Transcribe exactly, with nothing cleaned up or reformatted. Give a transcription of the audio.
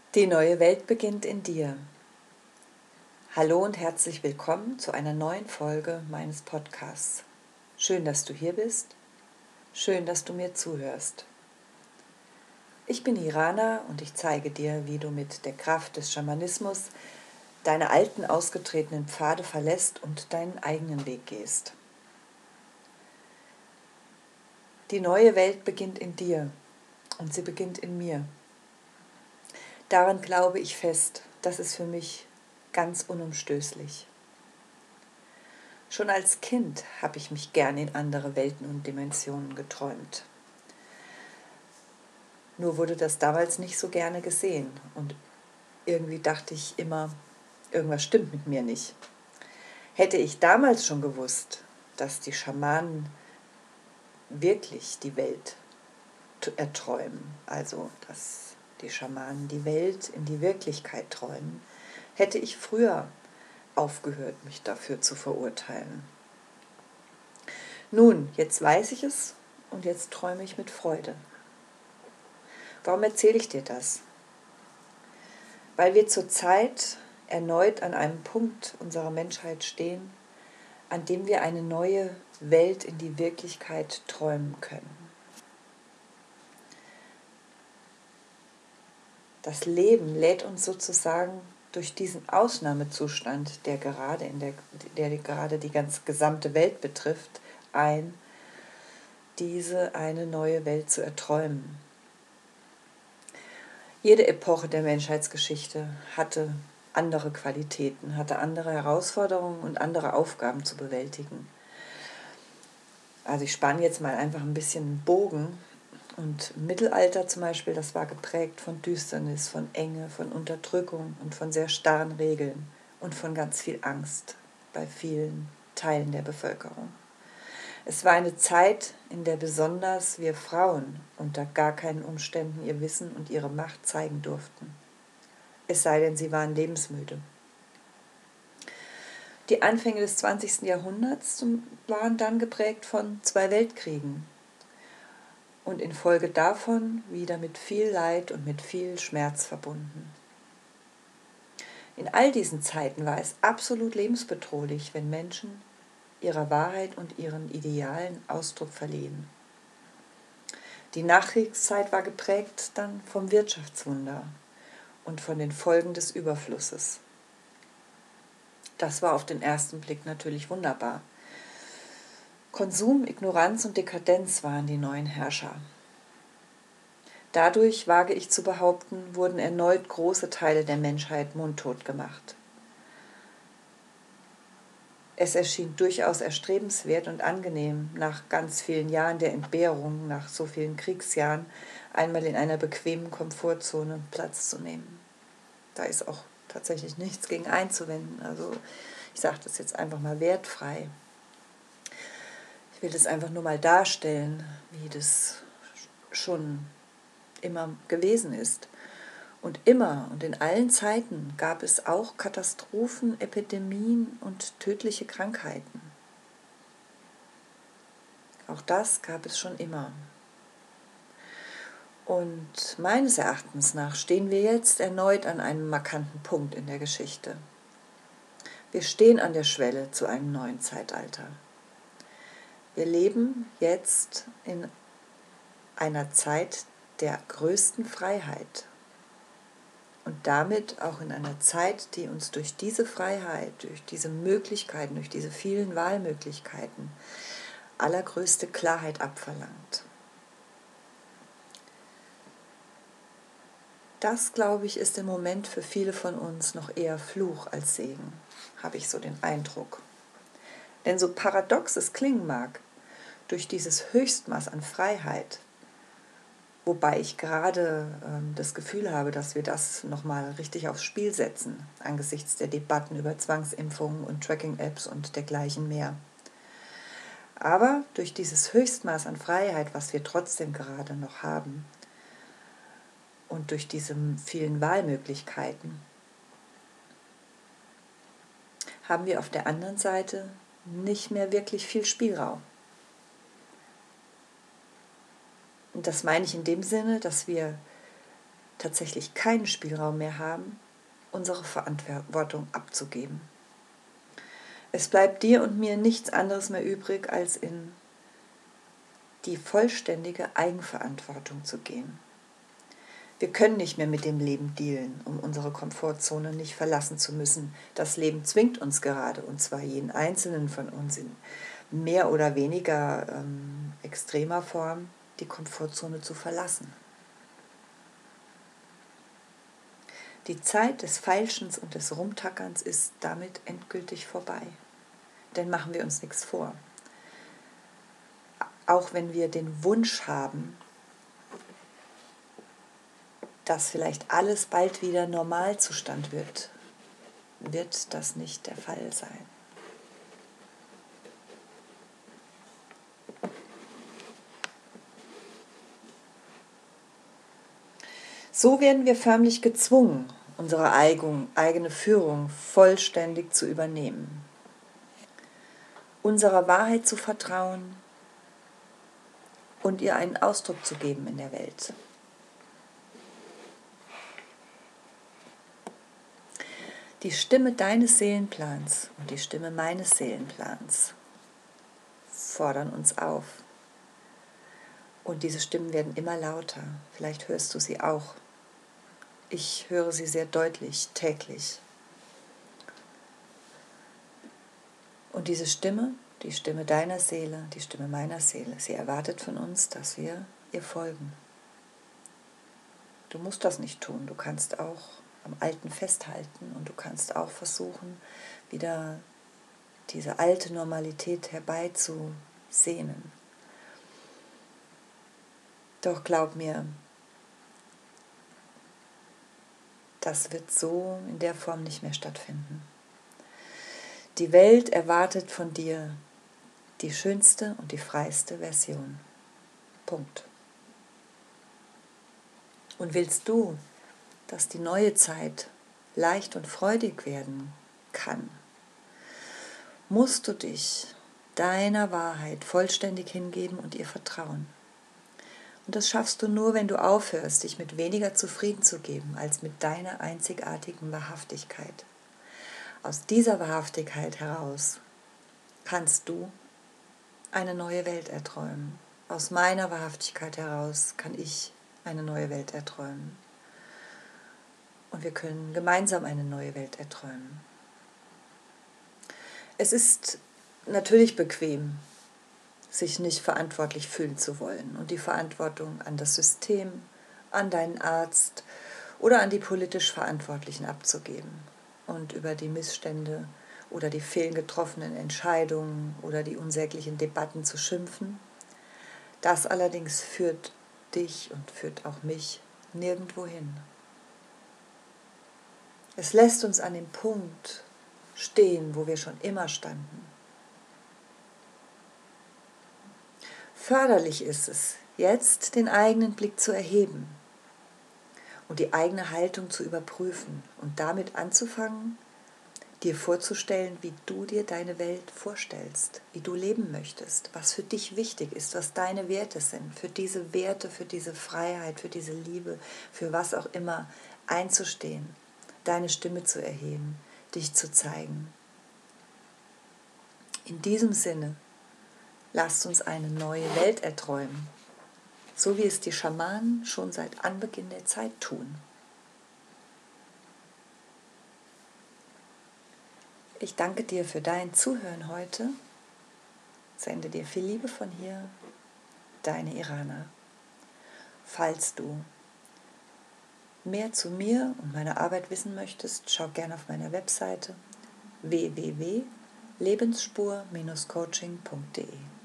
Die neue Welt beginnt in dir. Hallo und herzlich willkommen zu einer neuen Folge meines Podcasts. Schön, dass du hier bist. Schön, dass du mir zuhörst. Ich bin Irana und ich zeige dir, wie du mit der Kraft des Schamanismus deine alten ausgetretenen Pfade verlässt und deinen eigenen Weg gehst. Die neue Welt beginnt in dir und sie beginnt in mir. Daran glaube ich fest, das ist für mich ganz unumstößlich. Schon als Kind habe ich mich gern in andere Welten und Dimensionen geträumt. Nur wurde das damals nicht so gerne gesehen und irgendwie dachte ich immer, irgendwas stimmt mit mir nicht. Hätte ich damals schon gewusst, dass die Schamanen wirklich die Welt erträumen, also dass die Schamanen die Welt in die Wirklichkeit träumen, hätte ich früher aufgehört, mich dafür zu verurteilen. Nun, jetzt weiß ich es und jetzt träume ich mit Freude. Warum erzähle ich dir das? Weil wir zurzeit erneut an einem Punkt unserer Menschheit stehen, an dem wir eine neue Welt in die Wirklichkeit träumen können. Das Leben lädt uns sozusagen durch diesen Ausnahmezustand, der gerade, in der, der gerade die ganz gesamte Welt betrifft, ein, diese eine neue Welt zu erträumen. Jede Epoche der Menschheitsgeschichte hatte andere Qualitäten, hatte andere Herausforderungen und andere Aufgaben zu bewältigen. Also ich spanne jetzt mal einfach ein bisschen einen Bogen. Und Mittelalter zum Beispiel, das war geprägt von Düsternis, von Enge, von Unterdrückung und von sehr starren Regeln und von ganz viel Angst bei vielen Teilen der Bevölkerung. Es war eine Zeit, in der besonders wir Frauen unter gar keinen Umständen ihr Wissen und ihre Macht zeigen durften. Es sei denn, sie waren lebensmüde. Die Anfänge des zwanzigsten Jahrhunderts waren dann geprägt von zwei Weltkriegen und infolge davon wieder mit viel Leid und mit viel Schmerz verbunden. In all diesen Zeiten war es absolut lebensbedrohlich, wenn Menschen ihrer Wahrheit und ihren Idealen Ausdruck verliehen. Die Nachkriegszeit war geprägt dann vom Wirtschaftswunder und von den Folgen des Überflusses. Das war auf den ersten Blick natürlich wunderbar. Konsum, Ignoranz und Dekadenz waren die neuen Herrscher. Dadurch, wage ich zu behaupten, wurden erneut große Teile der Menschheit mundtot gemacht. Es erschien durchaus erstrebenswert und angenehm, nach ganz vielen Jahren der Entbehrung, nach so vielen Kriegsjahren, einmal in einer bequemen Komfortzone Platz zu nehmen. Da ist auch tatsächlich nichts gegen einzuwenden. Also ich sage das jetzt einfach mal wertfrei. Ich will das einfach nur mal darstellen, wie das schon immer gewesen ist. Und immer und in allen Zeiten gab es auch Katastrophen, Epidemien und tödliche Krankheiten. Auch das gab es schon immer. Und meines Erachtens nach stehen wir jetzt erneut an einem markanten Punkt in der Geschichte. Wir stehen an der Schwelle zu einem neuen Zeitalter. Wir leben jetzt in einer Zeit der größten Freiheit und damit auch in einer Zeit, die uns durch diese Freiheit, durch diese Möglichkeiten, durch diese vielen Wahlmöglichkeiten allergrößte Klarheit abverlangt. Das, glaube ich, ist im Moment für viele von uns noch eher Fluch als Segen, habe ich so den Eindruck. Denn so paradox es klingen mag, durch dieses Höchstmaß an Freiheit, wobei ich gerade ähm, das Gefühl habe, dass wir das nochmal richtig aufs Spiel setzen, angesichts der Debatten über Zwangsimpfungen und Tracking-Apps und dergleichen mehr. Aber durch dieses Höchstmaß an Freiheit, was wir trotzdem gerade noch haben, und durch diese vielen Wahlmöglichkeiten, haben wir auf der anderen Seite nicht mehr wirklich viel Spielraum. Und das meine ich in dem Sinne, dass wir tatsächlich keinen Spielraum mehr haben, unsere Verantwortung abzugeben. Es bleibt dir und mir nichts anderes mehr übrig, als in die vollständige Eigenverantwortung zu gehen. Wir können nicht mehr mit dem Leben dealen, um unsere Komfortzone nicht verlassen zu müssen. Das Leben zwingt uns gerade, und zwar jeden Einzelnen von uns in mehr oder weniger ähm, extremer Form, die Komfortzone zu verlassen. Die Zeit des Feilschens und des Rumtackerns ist damit endgültig vorbei. Denn machen wir uns nichts vor. Auch wenn wir den Wunsch haben, dass vielleicht alles bald wieder Normalzustand wird, wird das nicht der Fall sein. So werden wir förmlich gezwungen, unsere eigene Führung vollständig zu übernehmen, unserer Wahrheit zu vertrauen und ihr einen Ausdruck zu geben in der Welt. Die Stimme deines Seelenplans und die Stimme meines Seelenplans fordern uns auf. Und diese Stimmen werden immer lauter. Vielleicht hörst du sie auch. Ich höre sie sehr deutlich, täglich. Und diese Stimme, die Stimme deiner Seele, die Stimme meiner Seele, sie erwartet von uns, dass wir ihr folgen. Du musst das nicht tun. Du kannst auch am Alten festhalten und du kannst auch versuchen, wieder diese alte Normalität herbeizusehnen. Doch glaub mir, das wird so in der Form nicht mehr stattfinden. Die Welt erwartet von dir die schönste und die freiste Version. Punkt. Und willst du, dass die neue Zeit leicht und freudig werden kann, musst du dich deiner Wahrheit vollständig hingeben und ihr vertrauen. Und das schaffst du nur, wenn du aufhörst, dich mit weniger zufrieden zu geben, als mit deiner einzigartigen Wahrhaftigkeit. Aus dieser Wahrhaftigkeit heraus kannst du eine neue Welt erträumen. Aus meiner Wahrhaftigkeit heraus kann ich eine neue Welt erträumen. Und wir können gemeinsam eine neue Welt erträumen. Es ist natürlich bequem, sich nicht verantwortlich fühlen zu wollen und die Verantwortung an das System, an deinen Arzt oder an die politisch Verantwortlichen abzugeben und über die Missstände oder die fehlgetroffenen Entscheidungen oder die unsäglichen Debatten zu schimpfen. Das allerdings führt dich und führt auch mich nirgendwo hin. Es lässt uns an dem Punkt stehen, wo wir schon immer standen. Förderlich ist es, jetzt den eigenen Blick zu erheben und die eigene Haltung zu überprüfen und damit anzufangen, dir vorzustellen, wie du dir deine Welt vorstellst, wie du leben möchtest, was für dich wichtig ist, was deine Werte sind, für diese Werte, für diese Freiheit, für diese Liebe, für was auch immer einzustehen, deine Stimme zu erheben, dich zu zeigen. In diesem Sinne, lasst uns eine neue Welt erträumen, so wie es die Schamanen schon seit Anbeginn der Zeit tun. Ich danke dir für dein Zuhören heute. Sende dir viel Liebe von hier, deine Irana. Falls du mehr zu mir und meiner Arbeit wissen möchtest, schau gerne auf meiner Webseite w w w punkt lebensspur Bindestrich coaching punkt de.